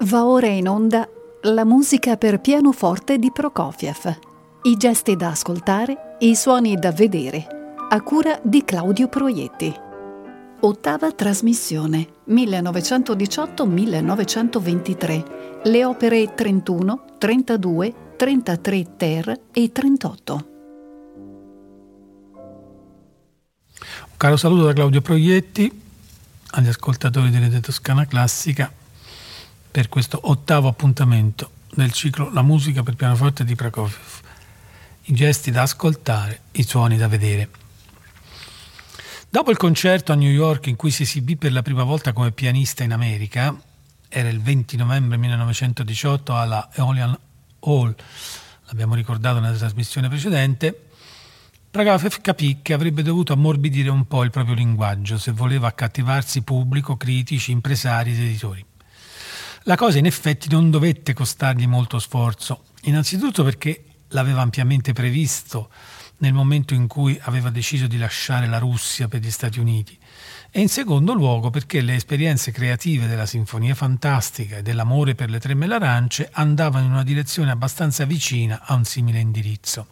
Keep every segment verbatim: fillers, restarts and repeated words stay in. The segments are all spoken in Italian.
Va ora in onda la musica per pianoforte di Prokofiev. I gesti da ascoltare, i suoni da vedere, a cura di Claudio Proietti. Ottava trasmissione, millenovecentodiciotto millenovecentoventitré. Le opere trentuno, trentadue, trentatré ter e trentotto. Un caro saluto da Claudio Proietti agli ascoltatori di Rete Toscana Classica per questo ottavo appuntamento del ciclo La musica per pianoforte di Prokofiev. I gesti da ascoltare, i suoni da vedere. Dopo il concerto a New York in cui si esibì per la prima volta come pianista in America, era il venti novembre millenovecentodiciotto alla Aeolian Hall, l'abbiamo ricordato nella trasmissione precedente, Prokofiev capì che avrebbe dovuto ammorbidire un po' il proprio linguaggio se voleva accattivarsi pubblico, critici, impresari ed editori. La cosa in effetti non dovette costargli molto sforzo, innanzitutto perché l'aveva ampiamente previsto nel momento in cui aveva deciso di lasciare la Russia per gli Stati Uniti, e in secondo luogo perché le esperienze creative della Sinfonia Fantastica e dell'amore per le Tre Melarance andavano in una direzione abbastanza vicina a un simile indirizzo.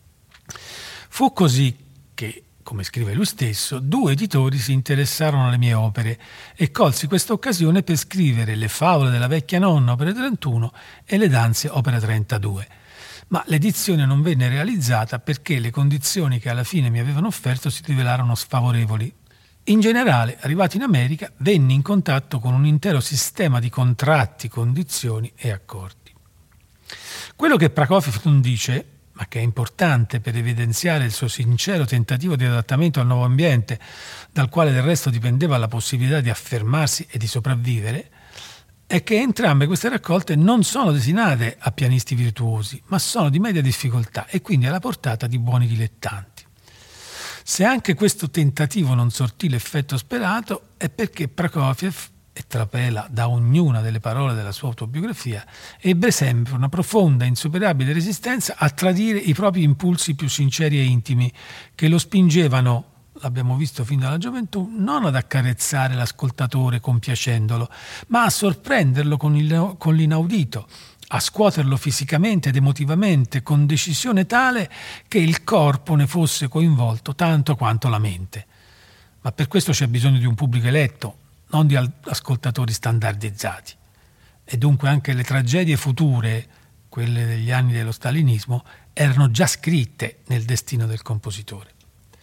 Fu così che, come scrive lui stesso, due editori si interessarono alle mie opere e colsi questa occasione per scrivere Le favole della vecchia nonna, opera trentuno, e Le danze, opera trentadue. Ma l'edizione non venne realizzata perché le condizioni che alla fine mi avevano offerto si rivelarono sfavorevoli. In generale, arrivato in America, venni in contatto con un intero sistema di contratti, condizioni e accordi. Quello che Prokofiev non dice, ma che è importante per evidenziare il suo sincero tentativo di adattamento al nuovo ambiente, dal quale del resto dipendeva la possibilità di affermarsi e di sopravvivere, è che entrambe queste raccolte non sono destinate a pianisti virtuosi, ma sono di media difficoltà e quindi alla portata di buoni dilettanti. Se anche questo tentativo non sortì l'effetto sperato, è perché Prokofiev, e trapela da ognuna delle parole della sua autobiografia, ebbe sempre una profonda e insuperabile resistenza a tradire i propri impulsi più sinceri e intimi, che lo spingevano, l'abbiamo visto fin dalla gioventù, non ad accarezzare l'ascoltatore compiacendolo, ma a sorprenderlo con, il, con l'inaudito, a scuoterlo fisicamente ed emotivamente con decisione tale che il corpo ne fosse coinvolto tanto quanto la mente. Ma per questo c'è bisogno di un pubblico eletto, non di ascoltatori standardizzati. E dunque anche le tragedie future, quelle degli anni dello stalinismo, erano già scritte nel destino del compositore.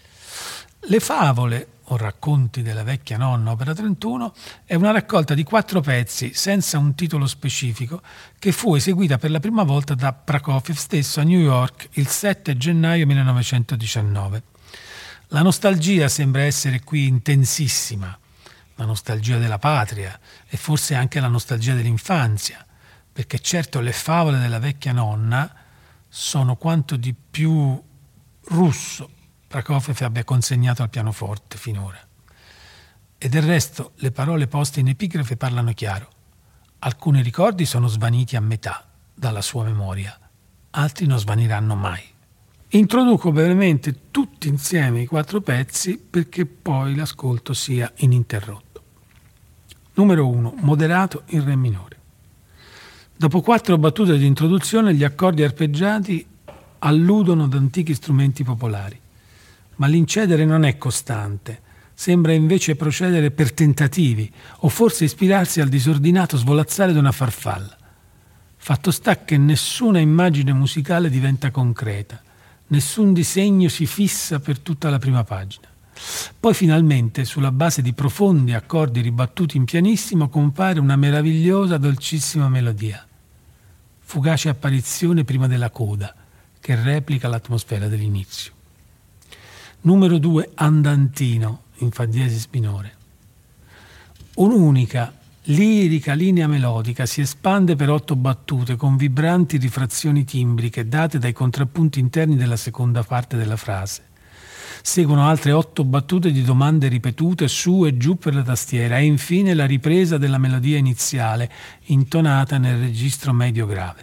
Le favole, o racconti della vecchia nonna, opera trentuno, è una raccolta di quattro pezzi senza un titolo specifico che fu eseguita per la prima volta da Prokofiev stesso a New York il sette gennaio millenovecentodiciannove. La nostalgia sembra essere qui intensissima, la nostalgia della patria e forse anche la nostalgia dell'infanzia, perché certo le favole della vecchia nonna sono quanto di più russo Prokofiev abbia consegnato al pianoforte finora. E del resto le parole poste in epigrafe parlano chiaro. Alcuni ricordi sono svaniti a metà dalla sua memoria, altri non svaniranno mai. Introduco brevemente tutti insieme i quattro pezzi perché poi l'ascolto sia ininterrotto. Numero uno. Moderato in Re minore. Dopo quattro battute di introduzione gli accordi arpeggiati alludono ad antichi strumenti popolari. Ma l'incedere non è costante, sembra invece procedere per tentativi o forse ispirarsi al disordinato svolazzare di una farfalla. Fatto sta che nessuna immagine musicale diventa concreta, nessun disegno si fissa per tutta la prima pagina. Poi finalmente, sulla base di profondi accordi ribattuti in pianissimo, compare una meravigliosa, dolcissima melodia. Fugace apparizione prima della coda, che replica l'atmosfera dell'inizio. Numero due. Andantino, in fa diesis minore. Un'unica, lirica linea melodica si espande per otto battute con vibranti rifrazioni timbriche date dai contrappunti interni della seconda parte della frase. Seguono altre otto battute di domande ripetute su e giù per la tastiera e infine la ripresa della melodia iniziale, intonata nel registro medio grave.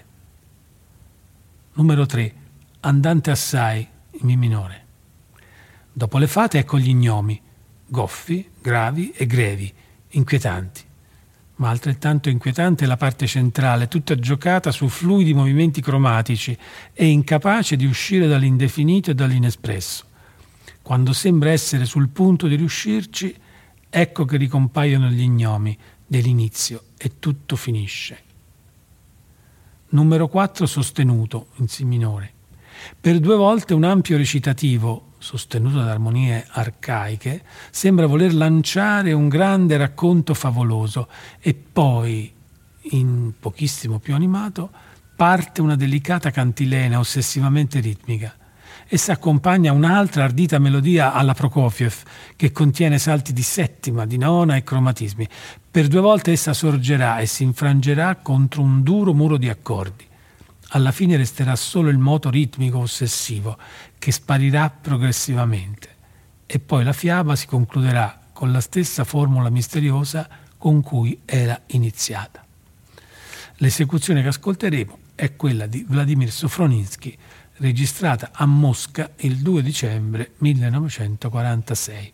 Numero tre. Andante assai, in mi minore. Dopo le fate ecco gli gnomi, goffi, gravi e grevi, inquietanti. Ma altrettanto inquietante è la parte centrale, tutta giocata su fluidi movimenti cromatici e incapace di uscire dall'indefinito e dall'inespresso. Quando sembra essere sul punto di riuscirci, ecco che ricompaiono gli gnomi dell'inizio e tutto finisce. Numero quattro sostenuto, in Si minore. Per due volte un ampio recitativo, sostenuto da armonie arcaiche, sembra voler lanciare un grande racconto favoloso e poi, in pochissimo più animato, parte una delicata cantilena ossessivamente ritmica. Essa accompagna un'altra ardita melodia alla Prokofiev che contiene salti di settima, di nona e cromatismi. Per due volte essa sorgerà e si infrangerà contro un duro muro di accordi. Alla fine resterà solo il moto ritmico ossessivo che sparirà progressivamente e poi la fiaba si concluderà con la stessa formula misteriosa con cui era iniziata. L'esecuzione che ascolteremo è quella di Vladimir Sofroninsky, registrata a Mosca il due dicembre millenovecentoquarantasei.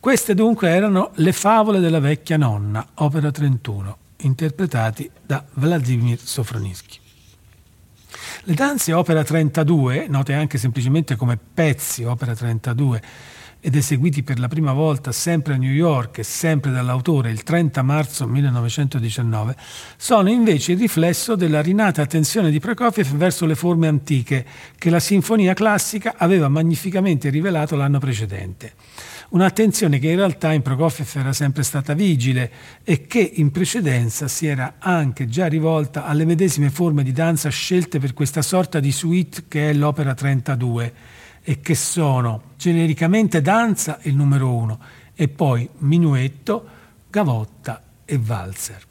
Queste dunque erano Le favole della vecchia nonna, opera trentuno, interpretati da Vladimir Sofronisky. Le danze opera trentadue, note anche semplicemente come pezzi opera trentadue, ed eseguiti per la prima volta sempre a New York e sempre dall'autore il trenta marzo millenovecentodiciannove, sono invece il riflesso della rinata attenzione di Prokofiev verso le forme antiche che la sinfonia classica aveva magnificamente rivelato l'anno precedente. Un'attenzione che in realtà in Prokofiev era sempre stata vigile e che in precedenza si era anche già rivolta alle medesime forme di danza scelte per questa sorta di suite che è l'opera trentadue e che sono genericamente danza il numero uno e poi minuetto, gavotta e valzer.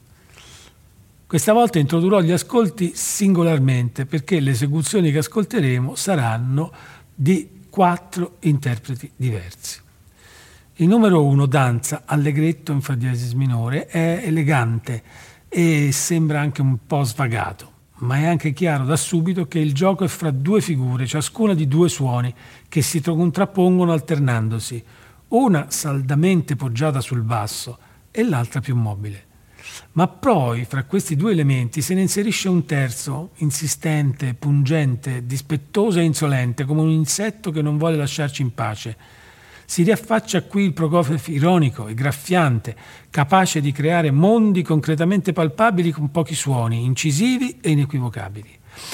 Questa volta introdurrò gli ascolti singolarmente perché le esecuzioni che ascolteremo saranno di quattro interpreti diversi. Il numero uno, danza, allegretto in fa diesis minore, è elegante e sembra anche un po' svagato, ma è anche chiaro da subito che il gioco è fra due figure, ciascuna di due suoni, che si contrappongono alternandosi, una saldamente poggiata sul basso e l'altra più mobile. Ma poi, fra questi due elementi, se ne inserisce un terzo, insistente, pungente, dispettoso e insolente, come un insetto che non vuole lasciarci in pace. Si riaffaccia qui il Prokofiev ironico e graffiante, capace di creare mondi concretamente palpabili con pochi suoni, incisivi e inequivocabili.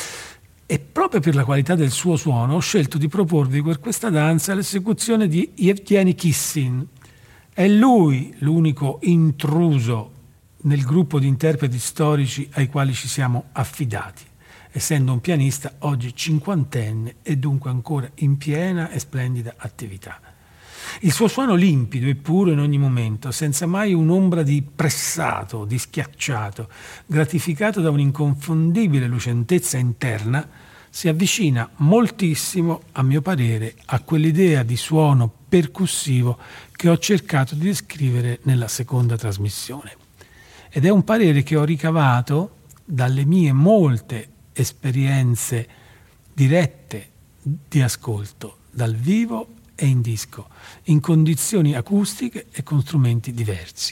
E proprio per la qualità del suo suono ho scelto di proporvi per questa danza l'esecuzione di Yevgeny Kissin. È lui l'unico intruso nel gruppo di interpreti storici ai quali ci siamo affidati, essendo un pianista oggi cinquantenne e dunque ancora in piena e splendida attività. Il suo suono limpido e puro in ogni momento, senza mai un'ombra di pressato, di schiacciato, gratificato da un'inconfondibile lucentezza interna, si avvicina moltissimo, a mio parere, a quell'idea di suono percussivo che ho cercato di descrivere nella seconda trasmissione. Ed è un parere che ho ricavato dalle mie molte esperienze dirette di ascolto, dal vivo e in disco, in condizioni acustiche e con strumenti diversi.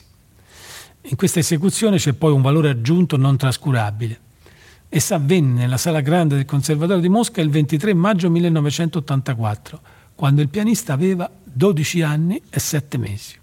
In questa esecuzione c'è poi un valore aggiunto non trascurabile. Essa avvenne nella Sala Grande del Conservatorio di Mosca il ventitré maggio millenovecentottantaquattro, quando il pianista aveva dodici anni e sette mesi.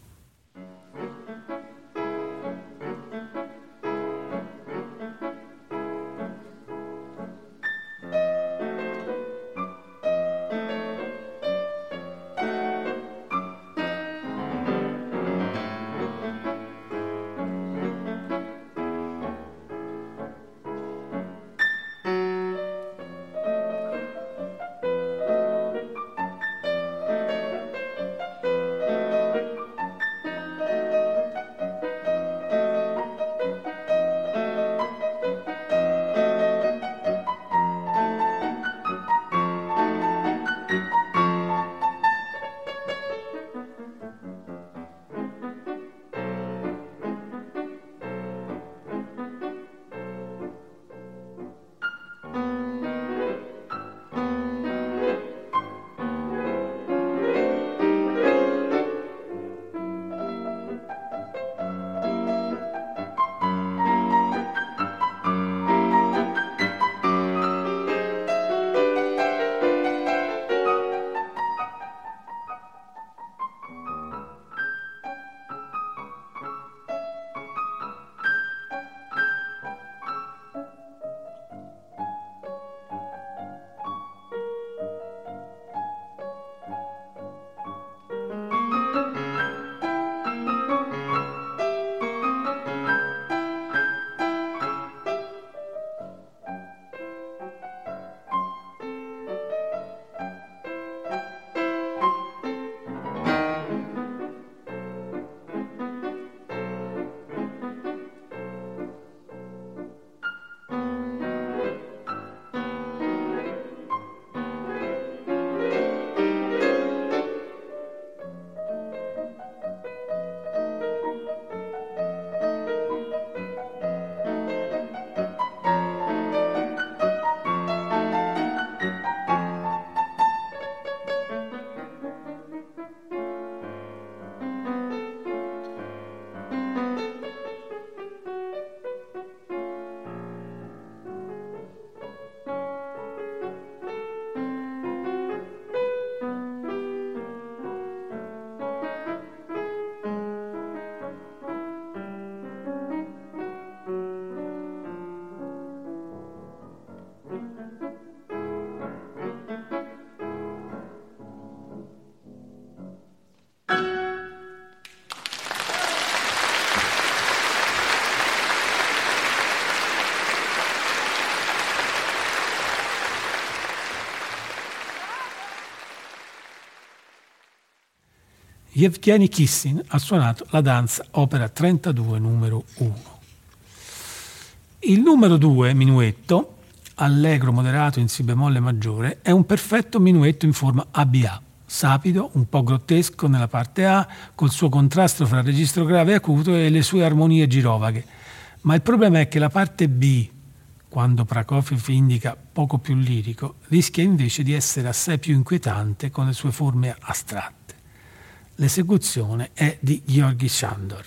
Yevgeny Kissin ha suonato la danza opera trentadue numero uno. Il numero due, minuetto, allegro moderato in si bemolle maggiore, è un perfetto minuetto in forma A B A, sapido, un po' grottesco nella parte A, col suo contrasto fra registro grave e acuto e le sue armonie girovaghe. Ma il problema è che la parte B, quando Prokofiev indica poco più lirico, rischia invece di essere assai più inquietante con le sue forme astratte. L'esecuzione è di Georgy Shandor.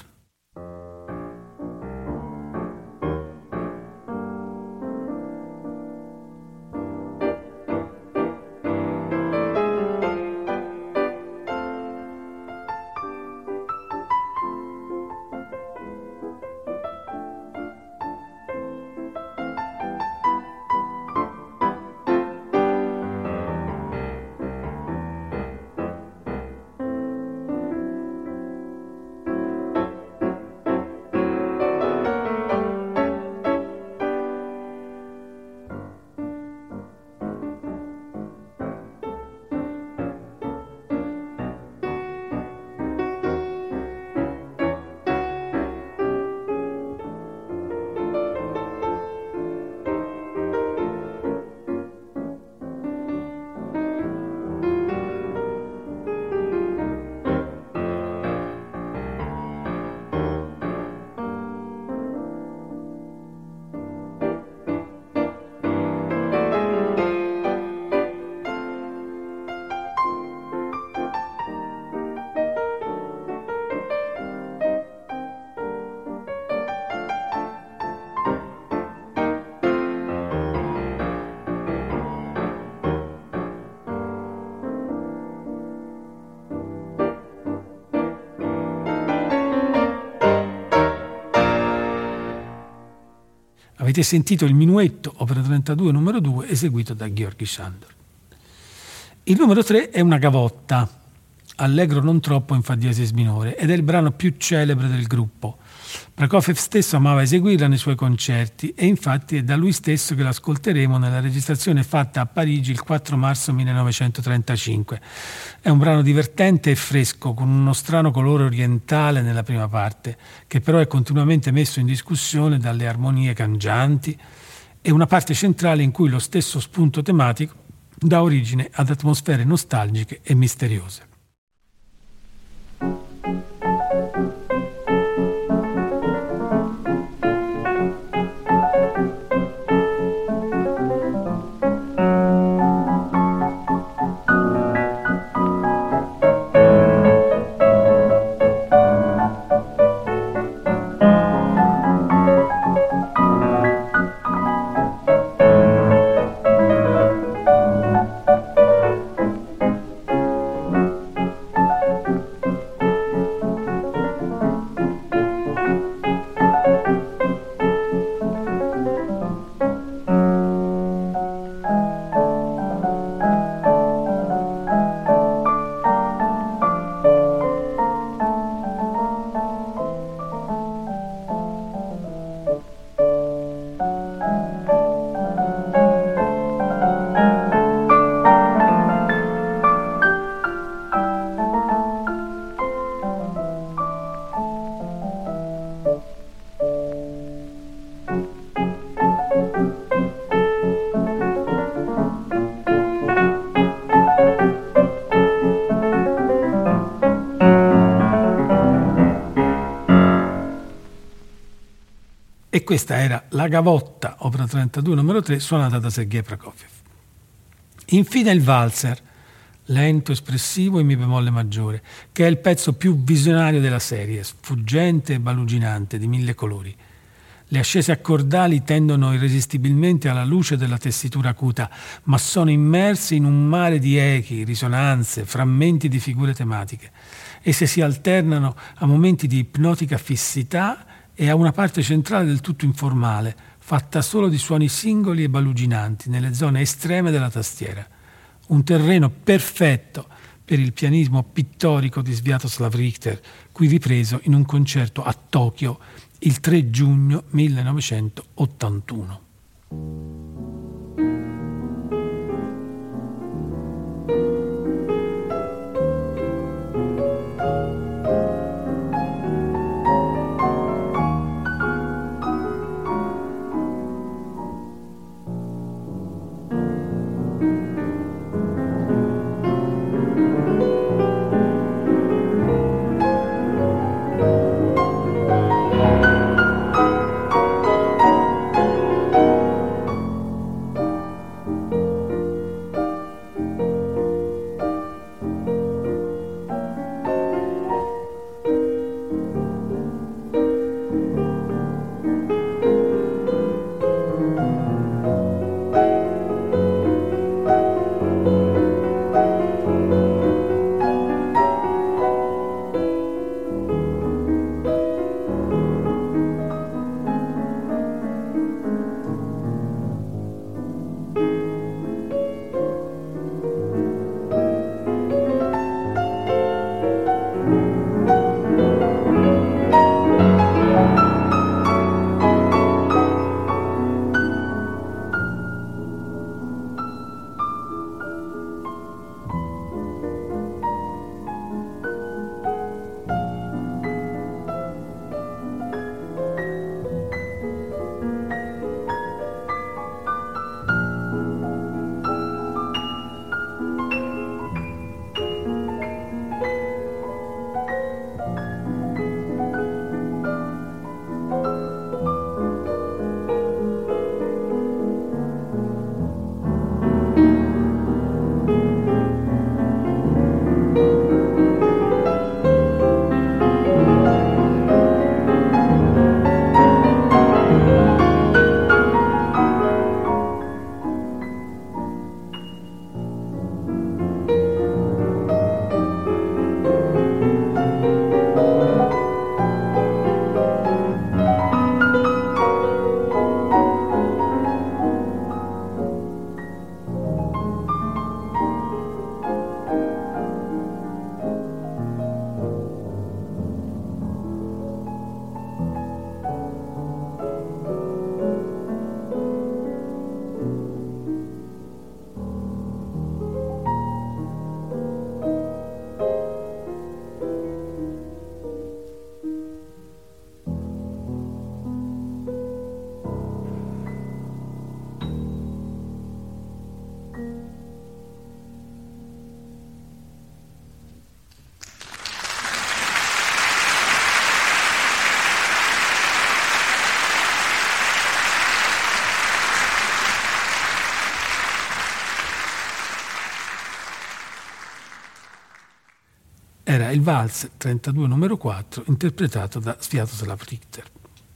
Avete sentito il minuetto, opera trentadue numero due, eseguito da Georgy Shandor. Il numero tre è una gavotta, allegro non troppo in fa diesis minore, ed è il brano più celebre del gruppo. Prokofiev stesso amava eseguirla nei suoi concerti e infatti è da lui stesso che l'ascolteremo nella registrazione fatta a Parigi il quattro marzo millenovecentotrentacinque. È un brano divertente e fresco, con uno strano colore orientale nella prima parte, che però è continuamente messo in discussione dalle armonie cangianti, e una parte centrale in cui lo stesso spunto tematico dà origine ad atmosfere nostalgiche e misteriose. E questa era la gavotta, opera trentadue numero tre, suonata da Sergei Prokofiev. Infine il valzer, lento, espressivo in mi bemolle maggiore, che è il pezzo più visionario della serie, sfuggente e baluginante, di mille colori. Le ascese accordali tendono irresistibilmente alla luce della tessitura acuta, ma sono immerse in un mare di echi, risonanze, frammenti di figure tematiche. Esse si alternano a momenti di ipnotica fissità e a una parte centrale del tutto informale, fatta solo di suoni singoli e baluginanti nelle zone estreme della tastiera. Un terreno perfetto per il pianismo pittorico di Sviatoslav Richter, qui ripreso in un concerto a Tokyo il tre giugno millenovecentottantuno. il Valzer trentadue numero quattro, interpretato da Sviatoslav Richter.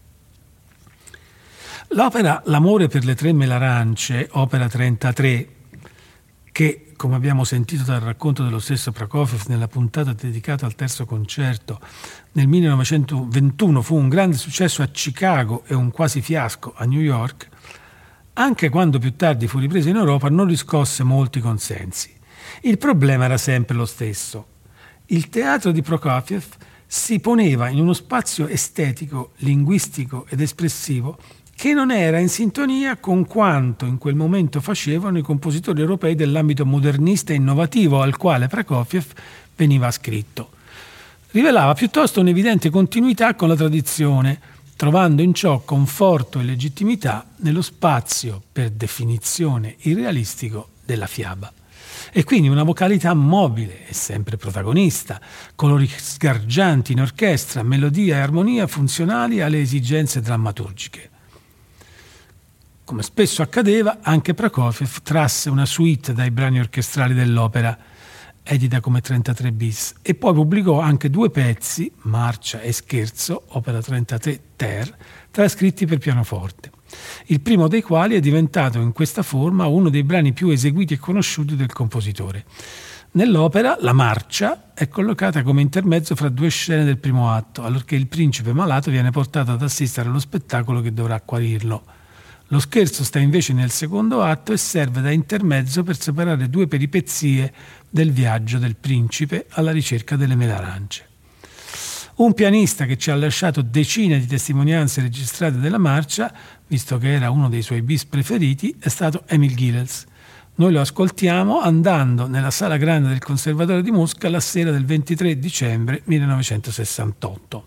L'opera L'amore per le tre melarance, opera trentatré, che, come abbiamo sentito dal racconto dello stesso Prokofiev nella puntata dedicata al terzo concerto, nel millenovecentoventuno fu un grande successo a Chicago e un quasi fiasco a New York, anche quando più tardi fu ripresa in Europa non riscosse molti consensi. Il problema era sempre lo stesso. Il teatro di Prokofiev si poneva in uno spazio estetico, linguistico ed espressivo che non era in sintonia con quanto in quel momento facevano i compositori europei dell'ambito modernista e innovativo al quale Prokofiev veniva ascritto. Rivelava piuttosto un'evidente continuità con la tradizione, trovando in ciò conforto e legittimità nello spazio, per definizione irrealistico, della fiaba. E quindi una vocalità mobile e sempre protagonista, colori sgargianti in orchestra, melodia e armonia funzionali alle esigenze drammaturgiche. Come spesso accadeva, anche Prokofiev trasse una suite dai brani orchestrali dell'opera, edita come trentatré bis, e poi pubblicò anche due pezzi, Marcia e Scherzo, opera trentatré ter, trascritti per pianoforte. Il primo dei quali è diventato in questa forma uno dei brani più eseguiti e conosciuti del compositore. Nell'opera la marcia è collocata come intermezzo fra due scene del primo atto, allorché il principe malato viene portato ad assistere allo spettacolo che dovrà guarirlo. Lo scherzo sta invece nel secondo atto e serve da intermezzo per separare due peripezie del viaggio del principe alla ricerca delle melarance. Un pianista che ci ha lasciato decine di testimonianze registrate della marcia, visto che era uno dei suoi bis preferiti, è stato Emil Gilels. Noi lo ascoltiamo andando nella Sala Grande del Conservatorio di Mosca la sera del ventitré dicembre millenovecentosessantotto.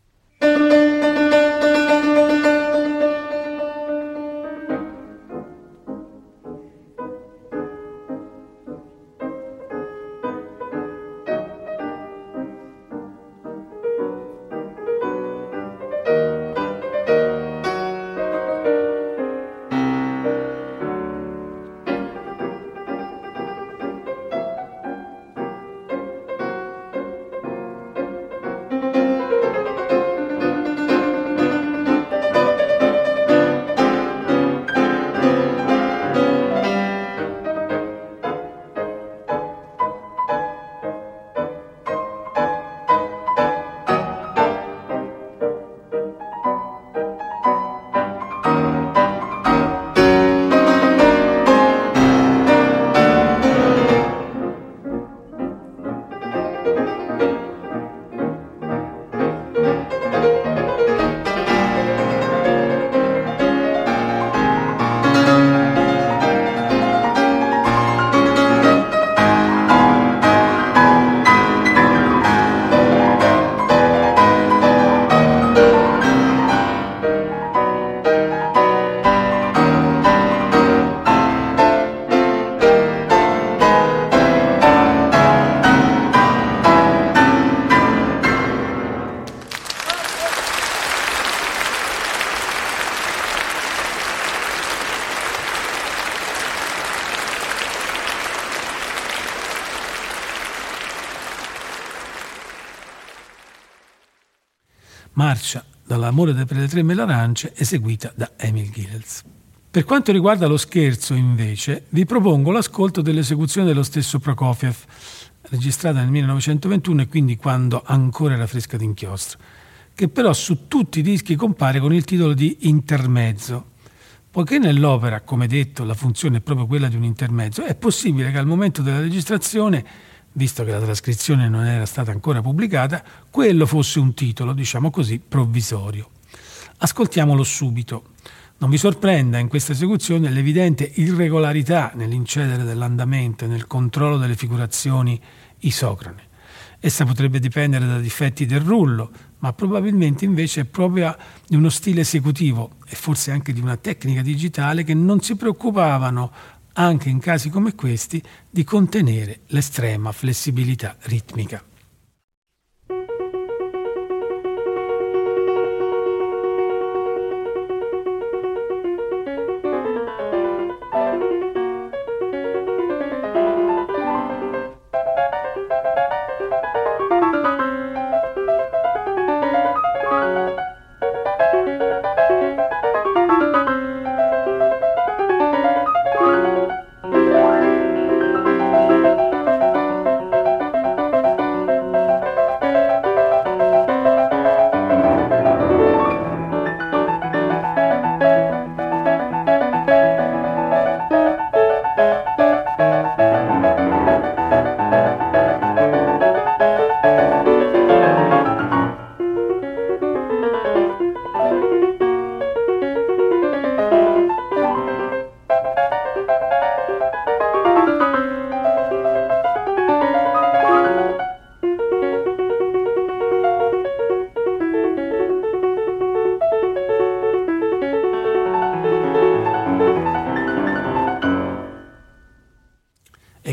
Marcia dall'amore per le tre melarance, eseguita da Emil Gilels. Per quanto riguarda lo scherzo, invece, vi propongo l'ascolto dell'esecuzione dello stesso Prokofiev, registrata nel millenovecentoventuno e quindi quando ancora era fresca d'inchiostro, che però su tutti i dischi compare con il titolo di Intermezzo. Poiché nell'opera, come detto, la funzione è proprio quella di un intermezzo, è possibile che al momento della registrazione, visto che la trascrizione non era stata ancora pubblicata, quello fosse un titolo, diciamo così, provvisorio. Ascoltiamolo subito. Non vi sorprenda in questa esecuzione l'evidente irregolarità nell'incedere dell'andamento e nel controllo delle figurazioni isocrone. Essa potrebbe dipendere da difetti del rullo, ma probabilmente invece è proprio di uno stile esecutivo e forse anche di una tecnica digitale che non si preoccupavano, anche in casi come questi, di contenere l'estrema flessibilità ritmica.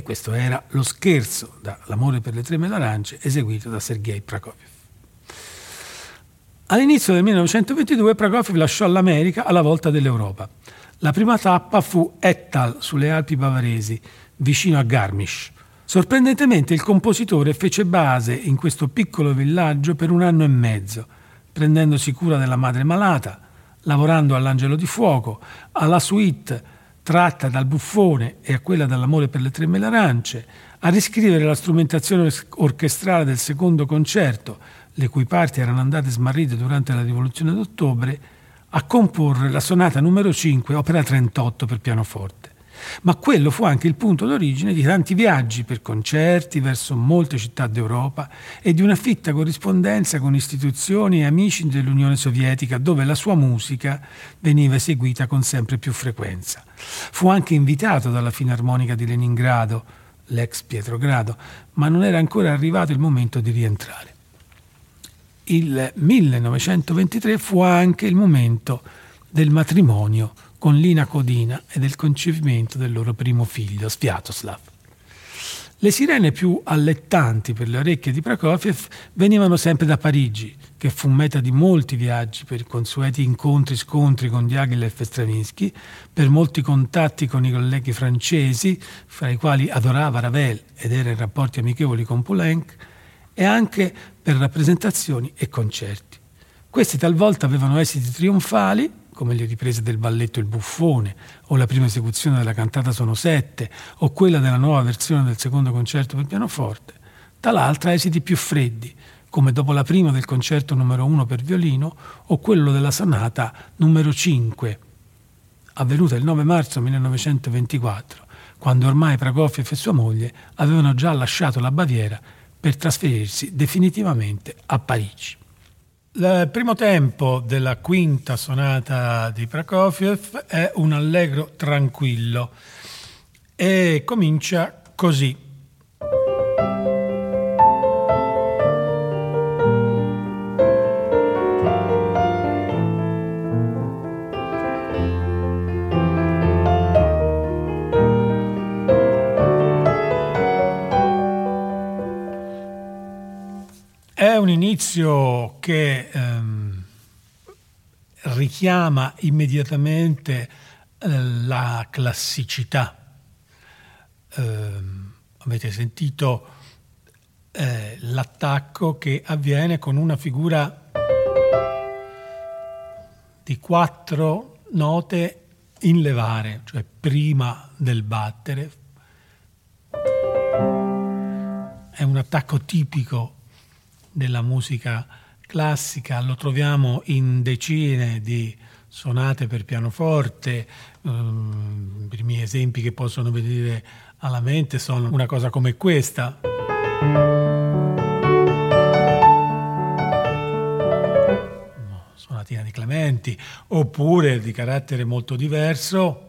Questo era lo scherzo da L'amore per le tre mele arance eseguito da Sergei Prokofiev. All'inizio del millenovecentoventidue Prokofiev lasciò l'America alla volta dell'Europa. La prima tappa fu Ettal, sulle Alpi bavaresi, vicino a Garmisch. Sorprendentemente il compositore fece base in questo piccolo villaggio per un anno e mezzo, prendendosi cura della madre malata, lavorando all'Angelo di Fuoco, alla suite tratta dal Buffone e a quella dall'Amore per le tre mele arance, a riscrivere la strumentazione orchestrale del secondo concerto, le cui parti erano andate smarrite durante la Rivoluzione d'Ottobre, a comporre la sonata numero cinque, opera trentotto per pianoforte. Ma quello fu anche il punto d'origine di tanti viaggi per concerti verso molte città d'Europa e di una fitta corrispondenza con istituzioni e amici dell'Unione Sovietica, dove la sua musica veniva eseguita con sempre più frequenza. Fu anche invitato dalla Filarmonica di Leningrado, l'ex Pietrogrado, ma non era ancora arrivato il momento di rientrare. Il millenovecentoventitré fu anche il momento del matrimonio con Lina Codina e del concepimento del loro primo figlio, Sviatoslav. Le sirene più allettanti per le orecchie di Prokofiev venivano sempre da Parigi, che fu meta di molti viaggi per i consueti incontri-scontri con Diaghilev e Stravinsky, per molti contatti con i colleghi francesi, fra i quali adorava Ravel ed era in rapporti amichevoli con Poulenc, e anche per rappresentazioni e concerti. Questi talvolta avevano esiti trionfali, come le riprese del balletto Il Buffone, o la prima esecuzione della cantata Sono sette, o quella della nuova versione del secondo concerto per pianoforte, tal'altra esiti più freddi, come dopo la prima del concerto numero uno per violino, o quello della sonata numero cinque, avvenuta il nove marzo millenovecentoventiquattro, quando ormai Prokofiev e sua moglie avevano già lasciato la Baviera per trasferirsi definitivamente a Parigi. Il primo tempo della quinta sonata di Prokofiev è un allegro tranquillo e comincia così. È un inizio che ehm, richiama immediatamente eh, la classicità. Eh, avete sentito eh, l'attacco che avviene con una figura di quattro note in levare, cioè prima del battere. È un attacco tipico della musica classica, lo troviamo in decine di sonate per pianoforte. Um, I primi esempi che possono venire alla mente sono una cosa come questa. Sonatina di Clementi, oppure di carattere molto diverso.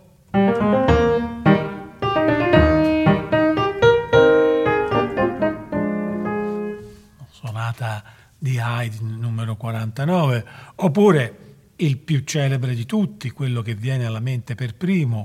Di Haydn numero quarantanove, oppure il più celebre di tutti, quello che viene alla mente per primo,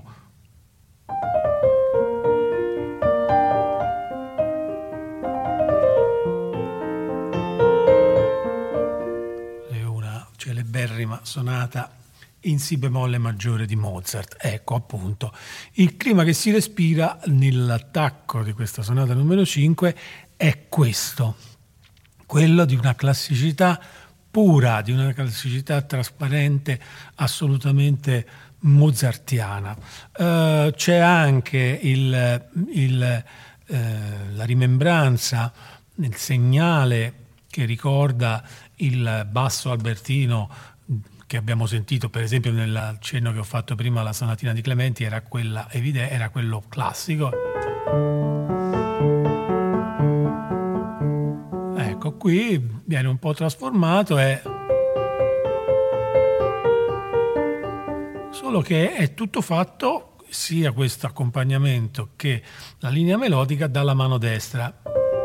è una celeberrima sonata in si bemolle maggiore di Mozart. Ecco appunto il clima che si respira nell'attacco di questa sonata numero cinque è questo, quello di una classicità pura, di una classicità trasparente, assolutamente mozartiana. Uh, c'è anche il, il, uh, la rimembranza, il segnale che ricorda il basso albertino che abbiamo sentito, per esempio nel cenno che ho fatto prima alla sonatina di Clementi, era quella evidente, era quello classico. Ecco, qui viene un po' trasformato, è solo che è tutto fatto, sia questo accompagnamento che la linea melodica, dalla mano destra.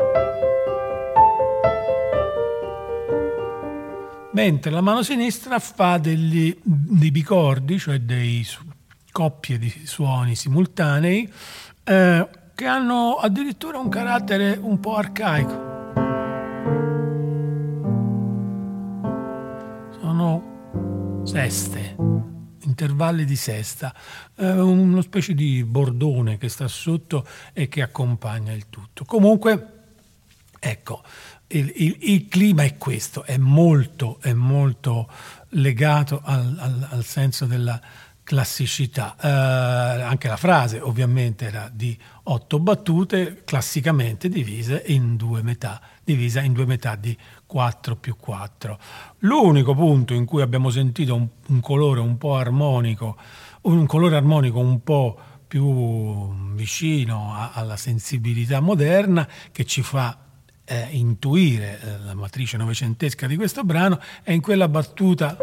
Mentre la mano sinistra fa degli, dei bicordi, cioè dei coppie di suoni simultanei, eh, che hanno addirittura un carattere un po' arcaico. Sono seste, intervalli di sesta, eh, una specie di bordone che sta sotto e che accompagna il tutto. Comunque, ecco, il, il, il clima è questo, è molto, è molto legato al, al, al senso della classicità. Eh, anche la frase ovviamente era di otto battute, classicamente divise in due metà, divisa in due metà di quattro più quattro. L'unico punto in cui abbiamo sentito un, un colore un po' armonico, un colore armonico un po' più vicino a, alla sensibilità moderna, che ci fa eh, intuire eh, la matrice novecentesca di questo brano, è in quella battuta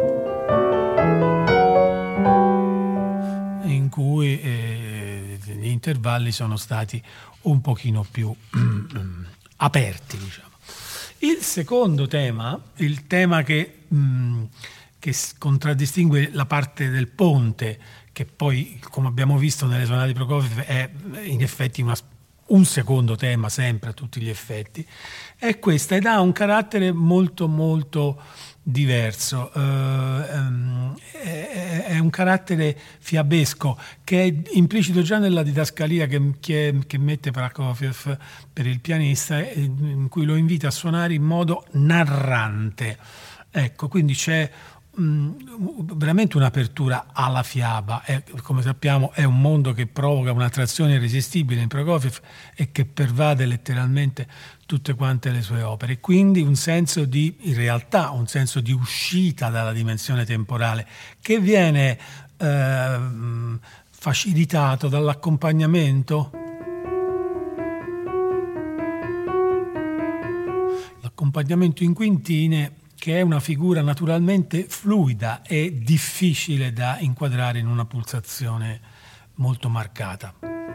in cui eh, gli intervalli sono stati un pochino più aperti, diciamo. Il secondo tema, il tema che, mh, che contraddistingue la parte del ponte, che poi, come abbiamo visto nelle sonate di Prokofiev, è in effetti una, un secondo tema sempre a tutti gli effetti, è questa, ed ha un carattere molto molto diverso, uh, um, è, è un carattere fiabesco che è implicito già nella didascalia che, che, che mette Prokofiev per il pianista, in cui lo invita a suonare in modo narrante. Ecco, quindi c'è um, veramente un'apertura alla fiaba. È, come sappiamo, è un mondo che provoca un'attrazione irresistibile in Prokofiev e che pervade letteralmente tutte quante le sue opere, quindi un senso di, in realtà, un senso di uscita dalla dimensione temporale che viene eh, facilitato dall'accompagnamento, l'accompagnamento in quintine, che è una figura naturalmente fluida e difficile da inquadrare in una pulsazione molto marcata.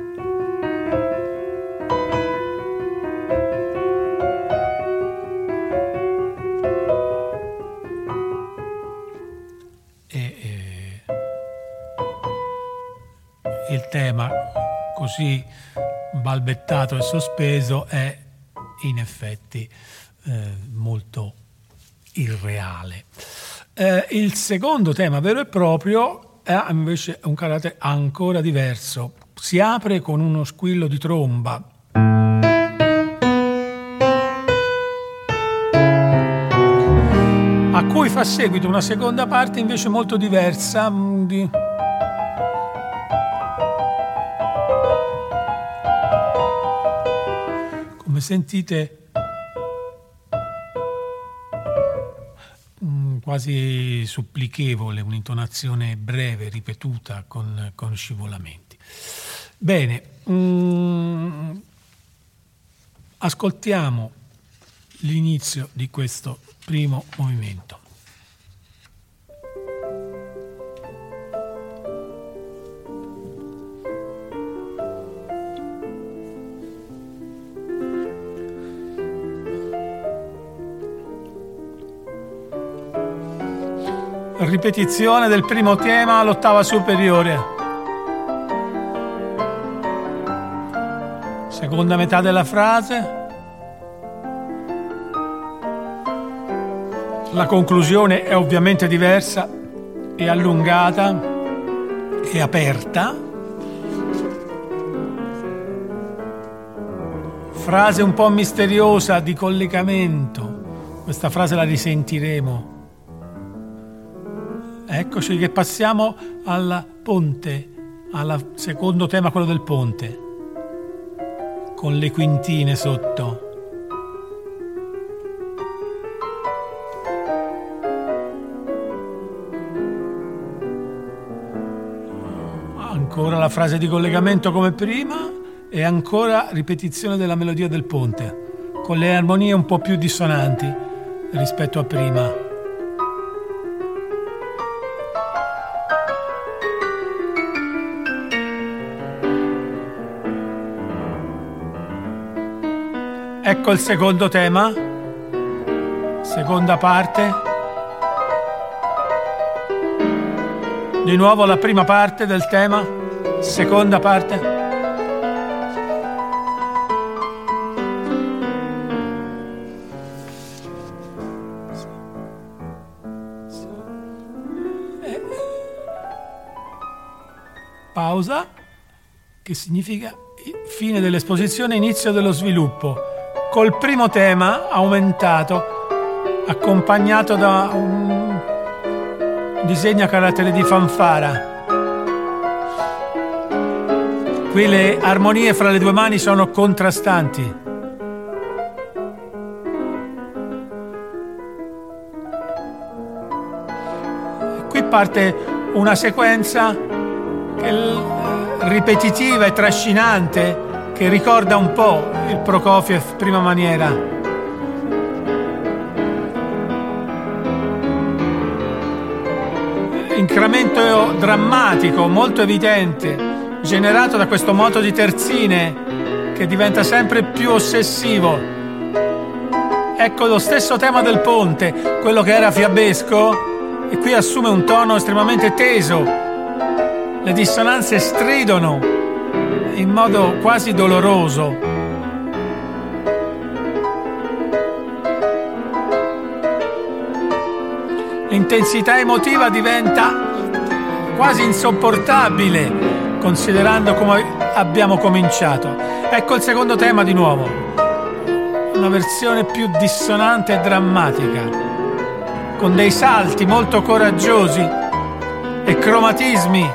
Il tema così balbettato e sospeso è in effetti eh, molto irreale. Eh, il secondo tema vero e proprio ha invece un carattere ancora diverso. Si apre con uno squillo di tromba a cui fa seguito una seconda parte invece molto diversa di come sentite quasi supplichevole, un'intonazione breve, ripetuta con, con scivolamenti. Bene, mm, ascoltiamo l'inizio di questo primo movimento. Ripetizione del primo tema all'ottava superiore. Seconda metà della frase. La conclusione è ovviamente diversa, è allungata, è aperta. Frase un po' misteriosa di collegamento. Questa frase la risentiremo. Eccoci che passiamo al ponte, al secondo tema, quello del ponte, con le quintine sotto. Ancora la frase di collegamento come prima e ancora ripetizione della melodia del ponte, con le armonie un po' più dissonanti rispetto a prima. Ecco il secondo tema, seconda parte, di nuovo la prima parte del tema, seconda parte, pausa, che significa fine dell'esposizione, inizio dello sviluppo, col primo tema aumentato, accompagnato da un disegno a carattere di fanfara. Qui le armonie fra le due mani sono contrastanti. Qui parte una sequenza che è ripetitiva e trascinante, che ricorda un po' il Prokofiev prima maniera. Incremento drammatico molto evidente, generato da questo moto di terzine che diventa sempre più ossessivo. Ecco lo stesso tema del ponte, quello che era fiabesco, e qui assume un tono estremamente teso. Le dissonanze stridono in modo quasi doloroso. L'intensità emotiva diventa quasi insopportabile, considerando come abbiamo cominciato. Ecco il secondo tema di nuovo, una versione più dissonante e drammatica, con dei salti molto coraggiosi e cromatismi.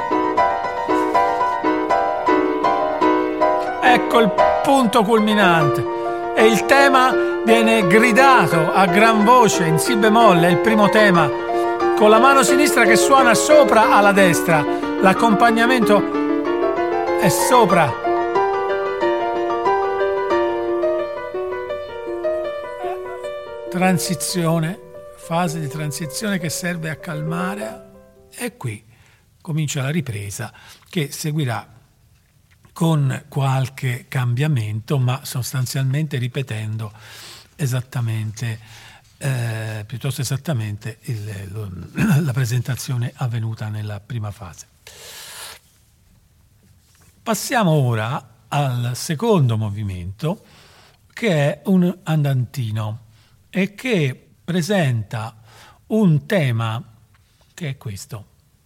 Ecco il punto culminante, e il tema viene gridato a gran voce in si bemolle, è il primo tema, con la mano sinistra che suona sopra alla destra, l'accompagnamento è sopra. Transizione, fase di transizione che serve a calmare, e qui comincia la ripresa che seguirà con qualche cambiamento, ma sostanzialmente ripetendo esattamente, eh, piuttosto esattamente il, lo, la presentazione avvenuta nella prima fase. Passiamo ora al secondo movimento, che è un andantino e che presenta un tema che è questo.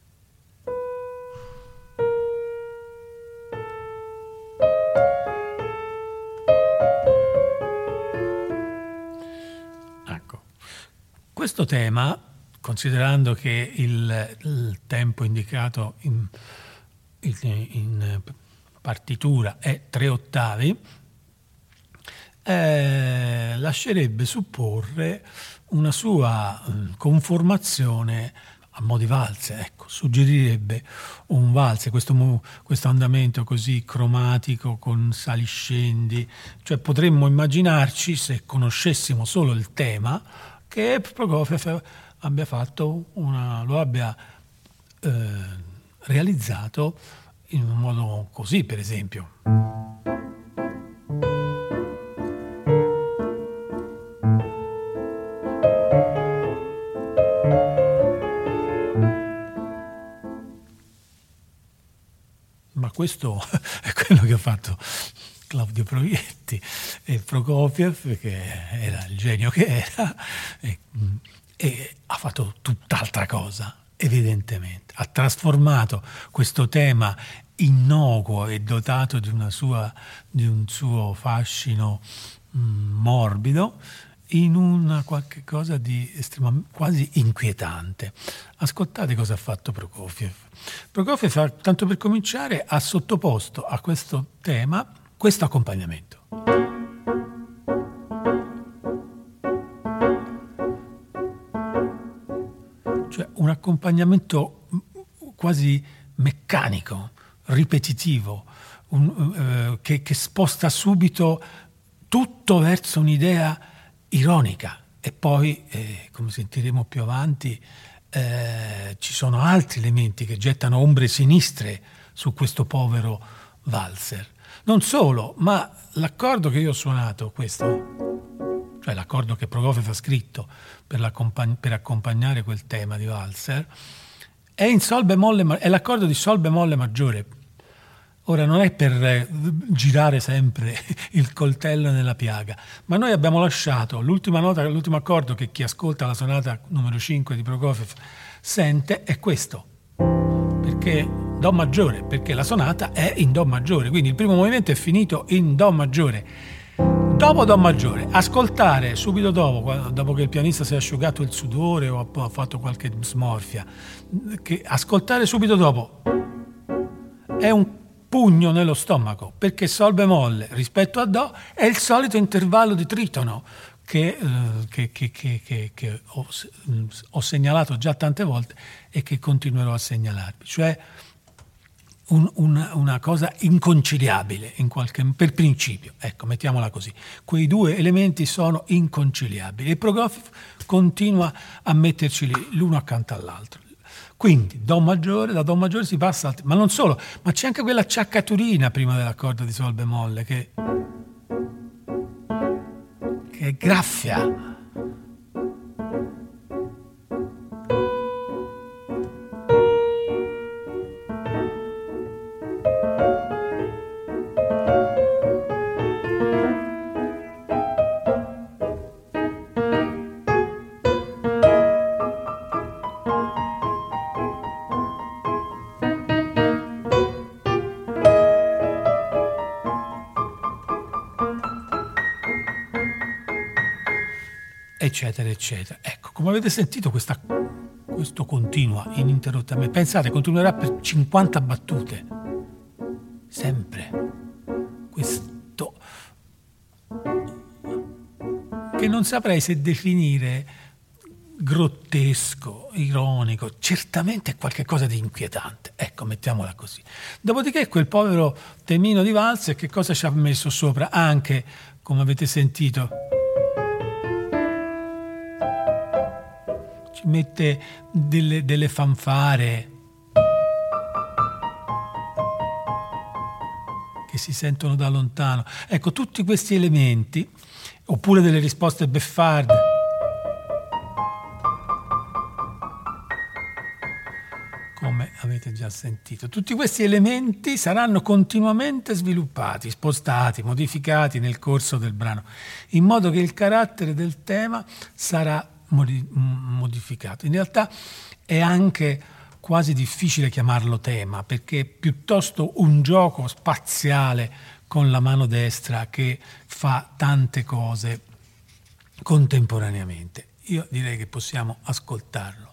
Ecco, questo tema, considerando che il, il tempo indicato in, in, in partitura è tre ottavi, eh, lascerebbe supporre una sua eh, conformazione a mo' di valse, ecco, suggerirebbe un valse, questo, questo andamento così cromatico con saliscendi, cioè potremmo immaginarci, se conoscessimo solo il tema, che Prokofiev abbia fatto una, lo abbia eh, realizzato in un modo così, per esempio. Ma questo è quello che ha fatto Claudio Proietti e Prokofiev, che era il genio che era, e, e ha fatto tutt'altra cosa. Evidentemente ha trasformato questo tema innocuo e dotato di una sua di un suo fascino mh, morbido in una qualche cosa di estremamente quasi inquietante. Ascoltate cosa ha fatto Prokofiev. Prokofiev ha, tanto per cominciare, ha sottoposto a questo tema questo accompagnamento. Cioè un accompagnamento quasi meccanico, ripetitivo, un, eh, che, che sposta subito tutto verso un'idea ironica, e poi, eh, come sentiremo più avanti, eh, ci sono altri elementi che gettano ombre sinistre su questo povero valzer. Non solo, ma l'accordo che io ho suonato, questo, cioè l'accordo che Prokofiev ha scritto per, per accompagnare quel tema di valzer, è in sol bemolle, è l'accordo di sol bemolle maggiore. Ora, non è per girare sempre il coltello nella piaga, ma noi abbiamo lasciato l'ultima nota, l'ultimo accordo che chi ascolta la sonata numero cinque di Prokofiev sente è questo, perché Do maggiore, perché la sonata è in Do maggiore, quindi il primo movimento è finito in Do maggiore. Dopo Do maggiore, ascoltare subito dopo, dopo che il pianista si è asciugato il sudore o ha fatto qualche smorfia, che ascoltare subito dopo è un pugno nello stomaco, perché Sol bemolle rispetto a Do è il solito intervallo di tritono che, eh, che, che, che, che, che ho, ho segnalato già tante volte e che continuerò a segnalarvi, cioè un, una, una cosa inconciliabile in qualche, per principio, ecco, mettiamola così. Quei due elementi sono inconciliabili e Prokofiev continua a metterci lì l'uno accanto all'altro. Quindi Do maggiore, da Do maggiore si passa al, ma non solo, ma c'è anche quella acciaccaturina prima dell'accordo di Sol bemolle che, che è graffia. Eccetera, eccetera. Ecco, come avete sentito, questa, questo continua ininterrottamente. Pensate, continuerà per cinquanta battute. Sempre. Questo che non saprei se definire grottesco, ironico, certamente è qualcosa di inquietante. Ecco, mettiamola così. Dopodiché quel povero Temino di Walzer che cosa ci ha messo sopra? Anche, come avete sentito, mette delle, delle fanfare che si sentono da lontano. Ecco, tutti questi elementi, oppure delle risposte beffarde, come avete già sentito. Tutti questi elementi saranno continuamente sviluppati, spostati, modificati nel corso del brano, in modo che il carattere del tema sarà modificato. In realtà è anche quasi difficile chiamarlo tema, perché è piuttosto un gioco spaziale con la mano destra che fa tante cose contemporaneamente. Io direi che possiamo ascoltarlo.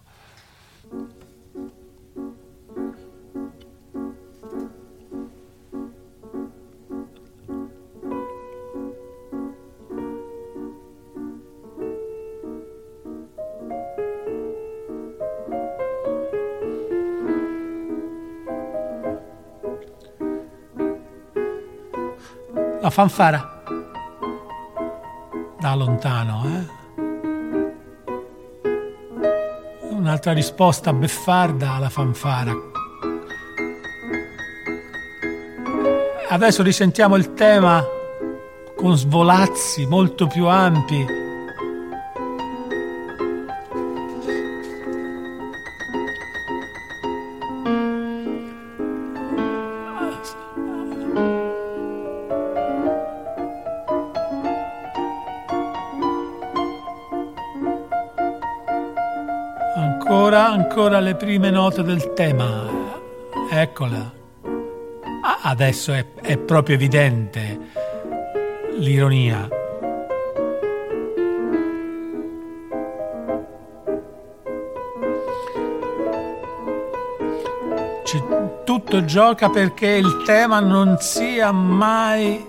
La fanfara da lontano, eh? Un'altra risposta beffarda alla fanfara. Adesso risentiamo il tema con svolazzi molto più ampi. Ancora, ancora le prime note del tema, eccola. Ah, adesso è, è proprio evidente l'ironia. Ci, tutto gioca perché il tema non sia mai,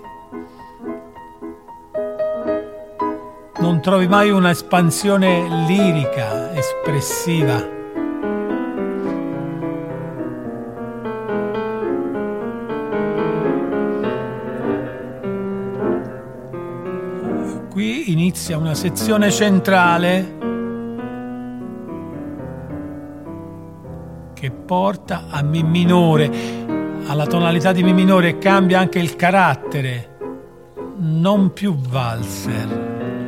non trovi mai una espansione lirica, espressiva. Qui inizia una sezione centrale che porta a Mi minore, alla tonalità di Mi minore, e cambia anche il carattere, non più valzer.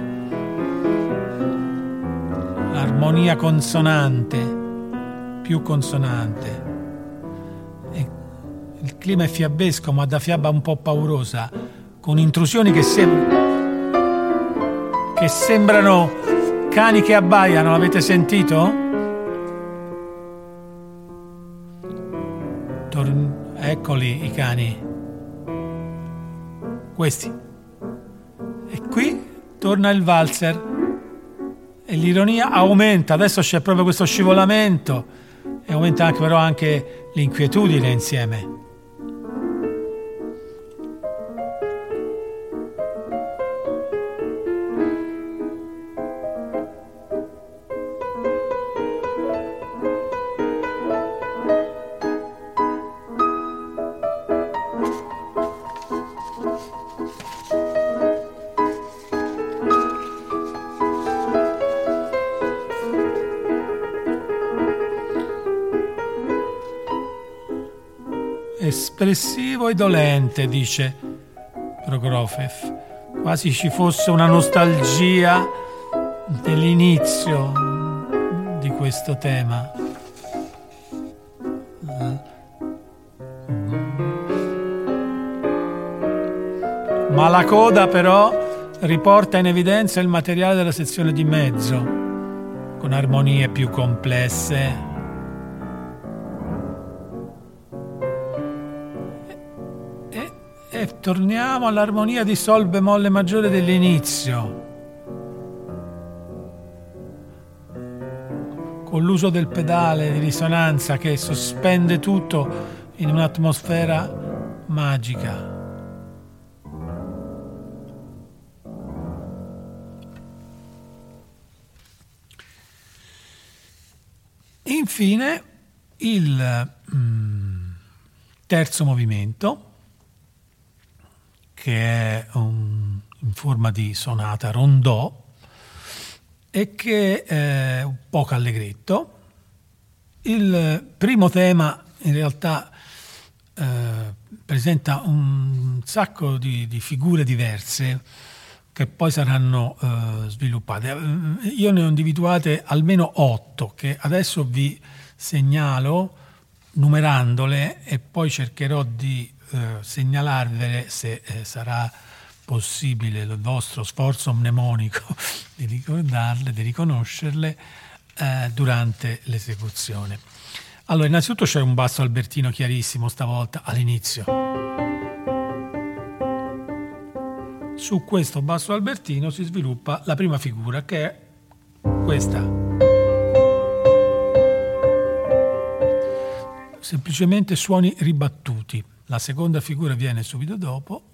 Armonia consonante, più consonante. E il clima è fiabesco, ma da fiaba un po' paurosa, con intrusioni che, sem- che sembrano cani che abbaiano. Avete sentito? Tor- Eccoli i cani. Questi. E qui torna il valzer e l'ironia aumenta. Adesso c'è proprio questo scivolamento e aumenta anche però anche l'inquietudine insieme. Espressivo e dolente, dice Prokofiev, quasi ci fosse una nostalgia dell'inizio di questo tema. Ma la coda però riporta in evidenza il materiale della sezione di mezzo, con armonie più complesse. E torniamo all'armonia di sol bemolle maggiore dell'inizio, con l'uso del pedale di risonanza che sospende tutto in un'atmosfera magica. Infine il mm, terzo movimento, che è un, in forma di sonata rondò e che è un poco allegretto. Il primo tema in realtà eh, presenta un sacco di, di figure diverse che poi saranno eh, sviluppate. Io ne ho individuate almeno otto che adesso vi segnalo numerandole e poi cercherò di Eh, segnalarvele, se eh, sarà possibile il vostro sforzo mnemonico di ricordarle, di riconoscerle eh, durante l'esecuzione. Allora, innanzitutto c'è un basso albertino chiarissimo stavolta all'inizio. Su questo basso albertino si sviluppa la prima figura, che è questa. Semplicemente suoni ribattuti. La seconda figura viene subito dopo.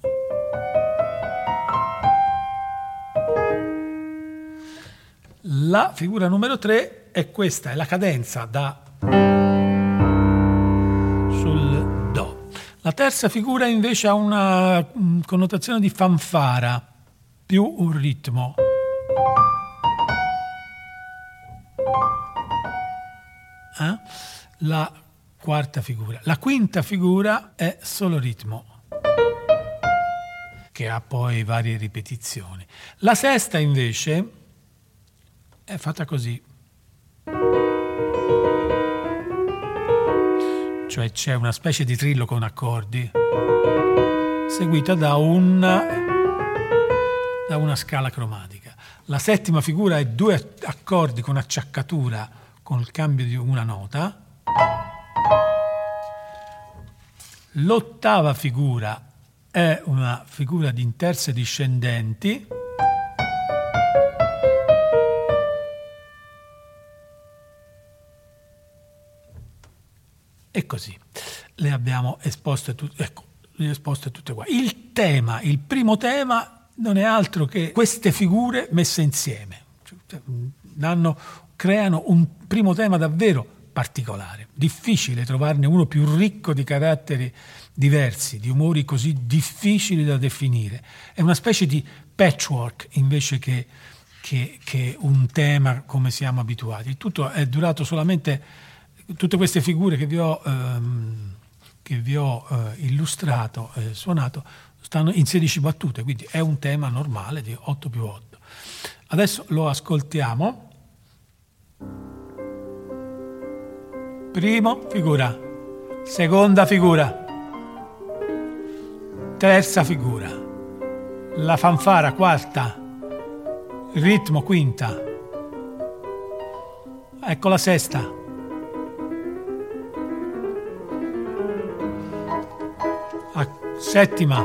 La figura numero tre è questa, è la cadenza da sul do. La terza figura invece ha una connotazione di fanfara, più un ritmo. Eh? La quarta figura. La quinta figura è solo ritmo, che ha poi varie ripetizioni. La sesta invece è fatta così. Cioè c'è una specie di trillo con accordi, seguita da una, da una scala cromatica. La settima figura è due accordi con acciaccatura, con il cambio di una nota. L'ottava figura è una figura di interse discendenti e così le abbiamo esposte tutte, ecco, le ho esposte tutte qua. Il tema, il primo tema non è altro che queste figure messe insieme, cioè, danno, creano un primo tema davvero particolare. Difficile trovarne uno più ricco di caratteri diversi, di umori così difficili da definire. È una specie di patchwork invece che, che, che un tema come siamo abituati. Il tutto è durato solamente, tutte queste figure che vi ho, ehm, che vi ho eh, illustrato e eh, suonato stanno in sedici battute, quindi è un tema normale di otto più otto. Adesso lo ascoltiamo. Primo figura, seconda figura, terza figura, la fanfara quarta, ritmo quinta, ecco la sesta, Settima.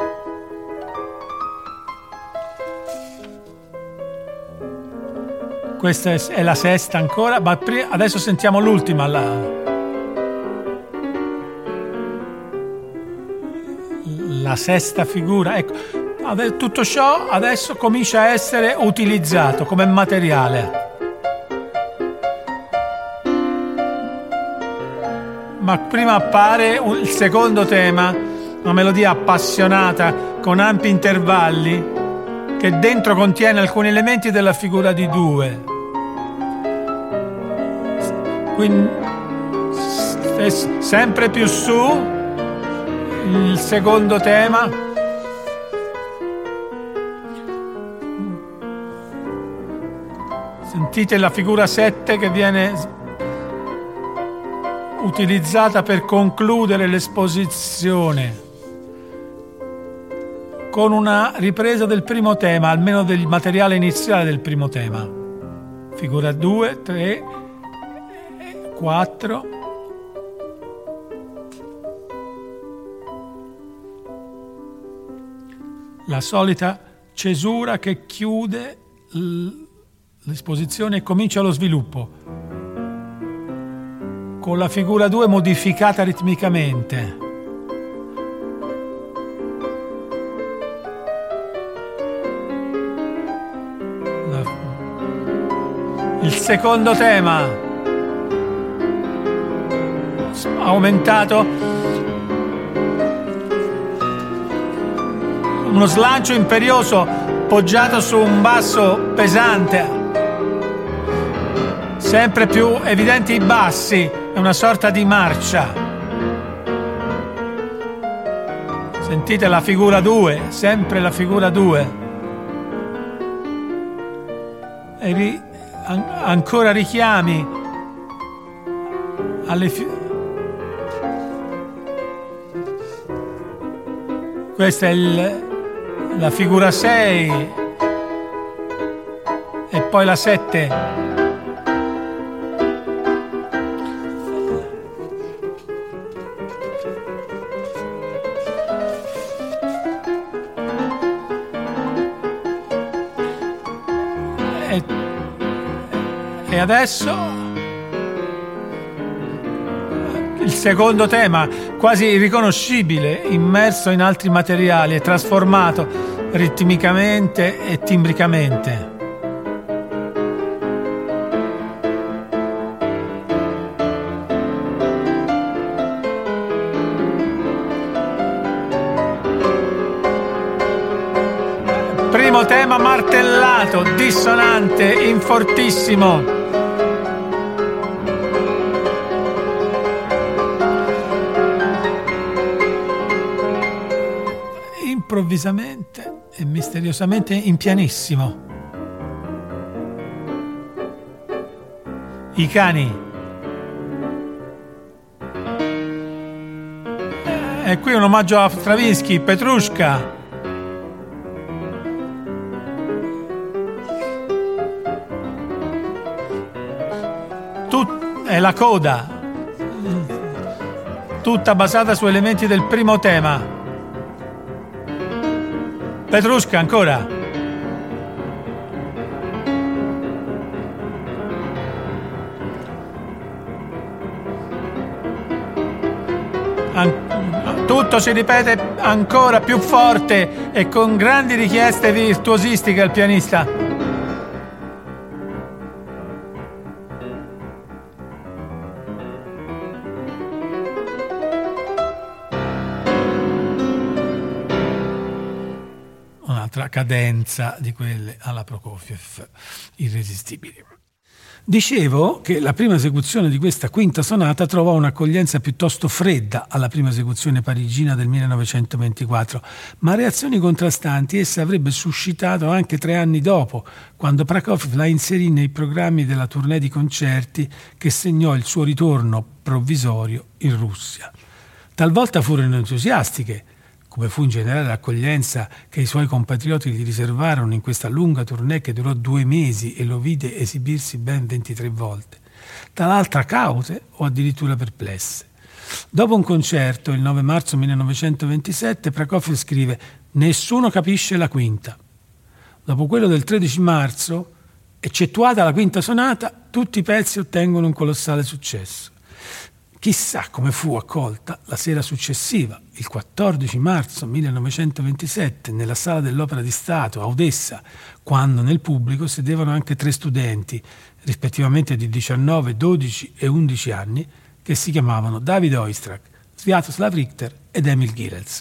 Questa è la sesta ancora, ma adesso sentiamo l'ultima. La, la sesta figura. Ecco, tutto ciò adesso comincia a essere utilizzato come materiale. Ma prima appare il secondo tema, una melodia appassionata con ampi intervalli che dentro contiene alcuni elementi della figura di due. Quindi sempre più su il secondo tema. Sentite la figura sette che viene utilizzata per concludere l'esposizione con una ripresa del primo tema, almeno del materiale iniziale del primo tema. Figura due, tre, quattro. La solita cesura che chiude l'esposizione e comincia lo sviluppo, con la figura due modificata ritmicamente. Il secondo tema aumentato, uno slancio imperioso poggiato su un basso pesante, sempre più evidenti i bassi. È una sorta di marcia. Sentite la figura due, sempre la figura due. E ri, an, ancora richiami alle fi- questa è il, la figura sei e poi la sette. E adesso il secondo tema, quasi irriconoscibile, immerso in altri materiali e trasformato ritmicamente e timbricamente. Primo tema martellato, dissonante, in fortissimo. Improvvisamente e misteriosamente in pianissimo. I cani. E qui un omaggio a Stravinsky, Petrushka. Tut- è la coda, tutta basata su elementi del primo tema. Petrushka ancora. An- tutto si ripete ancora più forte e con grandi richieste virtuosistiche al pianista. Cadenza di quelle alla Prokofiev, irresistibili. Dicevo che la prima esecuzione di questa quinta sonata trovò un'accoglienza piuttosto fredda alla prima esecuzione parigina del millenovecentoventiquattro, ma reazioni contrastanti essa avrebbe suscitato anche tre anni dopo, quando Prokofiev la inserì nei programmi della tournée di concerti che segnò il suo ritorno provvisorio in Russia. Talvolta furono entusiastiche, come fu in generale l'accoglienza che i suoi compatrioti gli riservarono in questa lunga tournée che durò due mesi e lo vide esibirsi ben ventitré volte, dall'altra caute o addirittura perplesse. Dopo un concerto, il nove marzo millenovecentoventisette, Prokofiev scrive: «Nessuno capisce la quinta». Dopo quello del tredici marzo, eccettuata la quinta sonata, tutti i pezzi ottengono un colossale successo. Chissà come fu accolta la sera successiva, il quattordici marzo millenovecentoventisette, nella Sala dell'Opera di Stato a Odessa, quando nel pubblico sedevano anche tre studenti, rispettivamente di diciannove, dodici e undici anni, che si chiamavano David Oistrakh, Sviatoslav Richter ed Emil Gilels.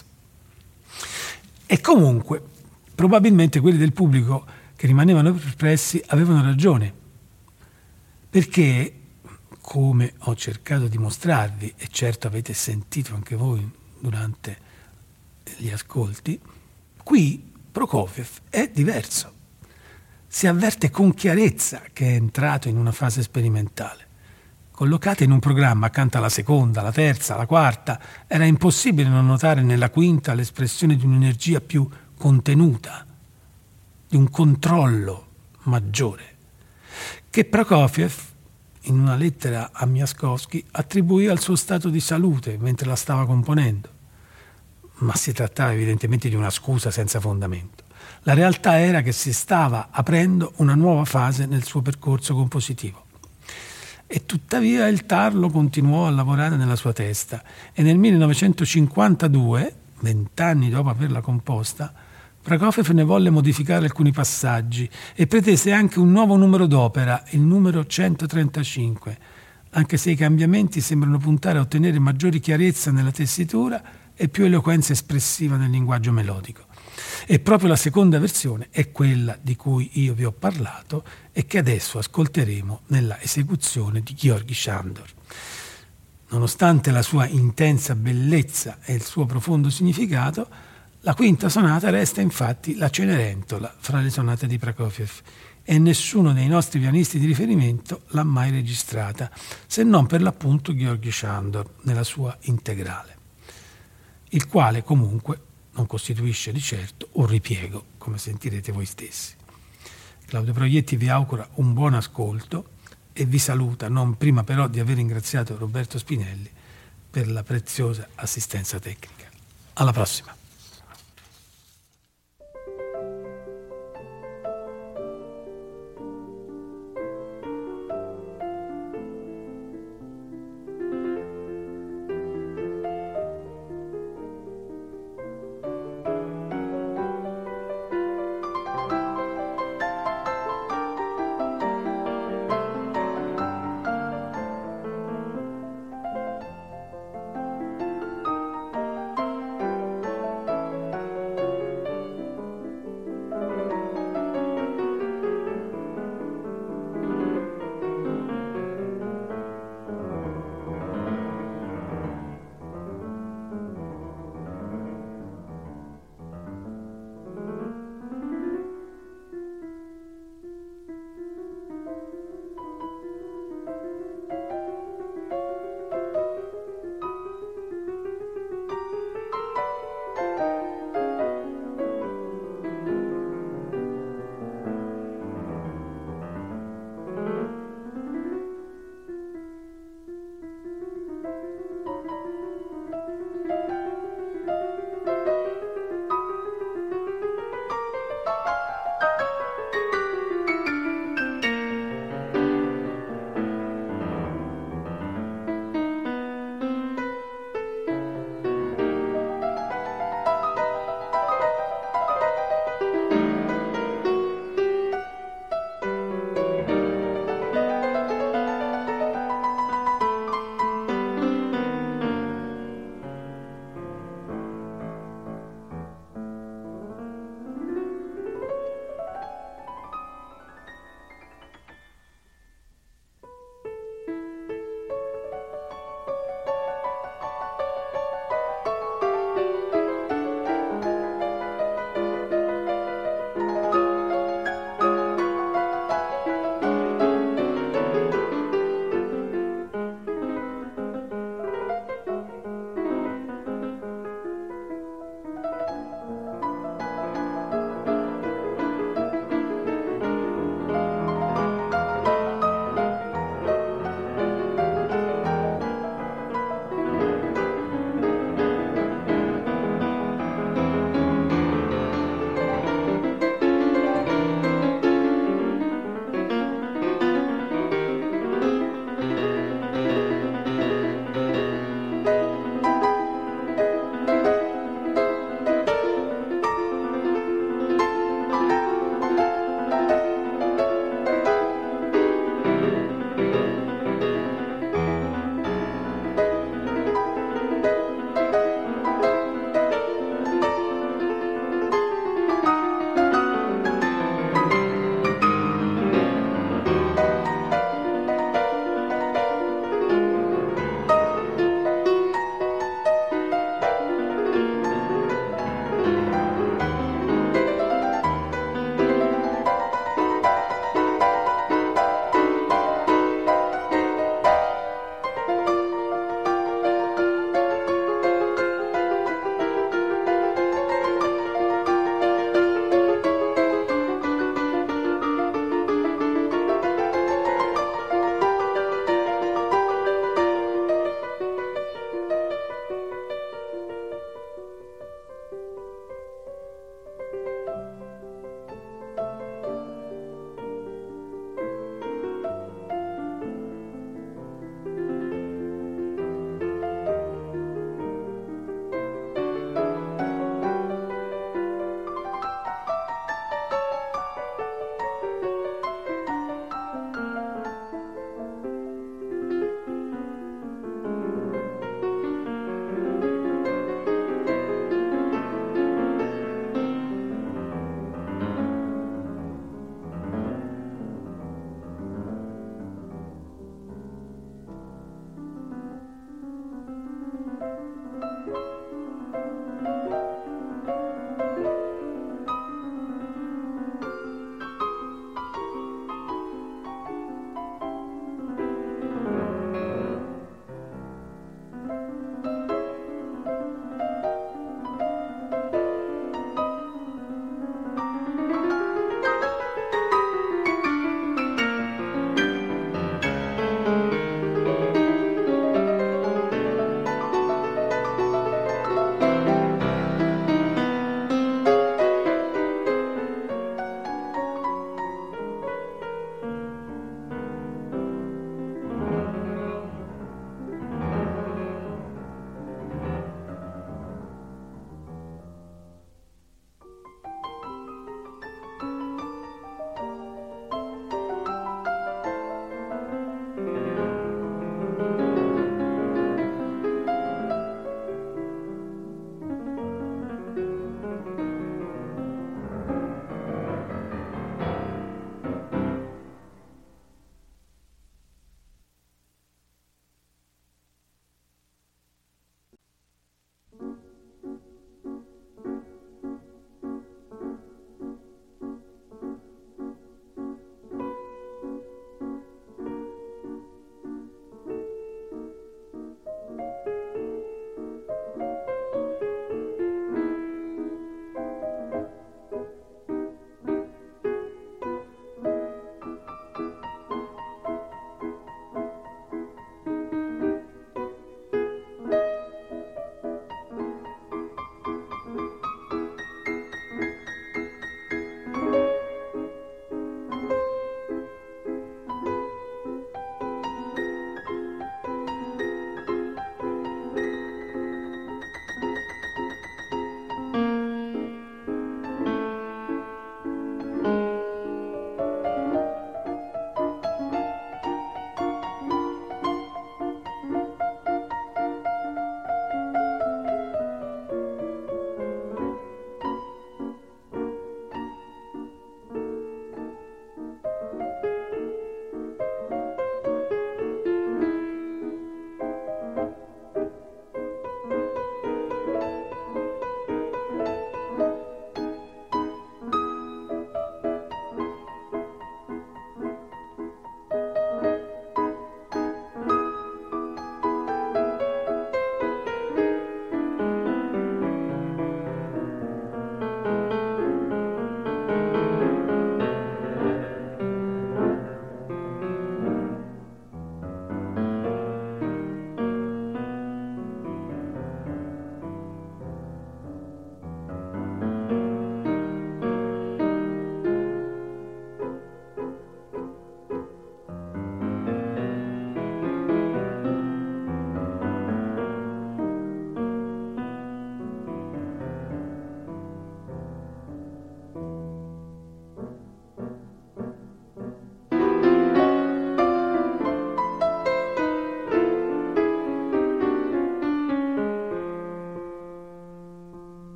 E comunque, probabilmente quelli del pubblico che rimanevano perplessi avevano ragione, perché, come ho cercato di mostrarvi, e certo avete sentito anche voi durante gli ascolti, qui Prokofiev è diverso. Si avverte con chiarezza che è entrato in una fase sperimentale. Collocata in un programma accanto alla seconda, alla terza, alla quarta, era impossibile non notare nella quinta l'espressione di un'energia più contenuta, di un controllo maggiore, che Prokofiev, in una lettera a Miaskovsky, attribuì al suo stato di salute mentre la stava componendo. Ma si trattava evidentemente di una scusa senza fondamento. La realtà era che si stava aprendo una nuova fase nel suo percorso compositivo. E tuttavia il tarlo continuò a lavorare nella sua testa e nel millenovecentocinquantadue, vent'anni dopo averla composta, Prokofiev ne volle modificare alcuni passaggi e pretese anche un nuovo numero d'opera, il numero centotrentacinque, anche se i cambiamenti sembrano puntare a ottenere maggiori chiarezza nella tessitura e più eloquenza espressiva nel linguaggio melodico. E proprio la seconda versione è quella di cui io vi ho parlato e che adesso ascolteremo nella esecuzione di Georgy Shandor. Nonostante la sua intensa bellezza e il suo profondo significato, la quinta sonata resta infatti la Cenerentola fra le sonate di Prokofiev e nessuno dei nostri pianisti di riferimento l'ha mai registrata, se non per l'appunto Georgy Shandor nella sua integrale, il quale comunque non costituisce di certo un ripiego, come sentirete voi stessi. Claudio Proietti vi augura un buon ascolto e vi saluta, non prima però di aver ringraziato Roberto Spinelli per la preziosa assistenza tecnica. Alla prossima!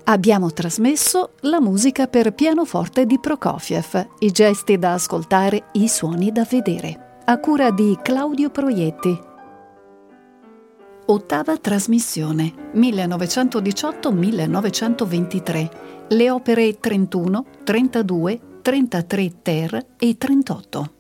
Abbiamo trasmesso la musica per pianoforte di Prokofiev, i gesti da ascoltare, i suoni da vedere, a cura di Claudio Proietti. Ottava trasmissione, millenovecentodiciotto millenovecentoventitré, le opere trentuno, trentadue, trentatré ter e trentotto.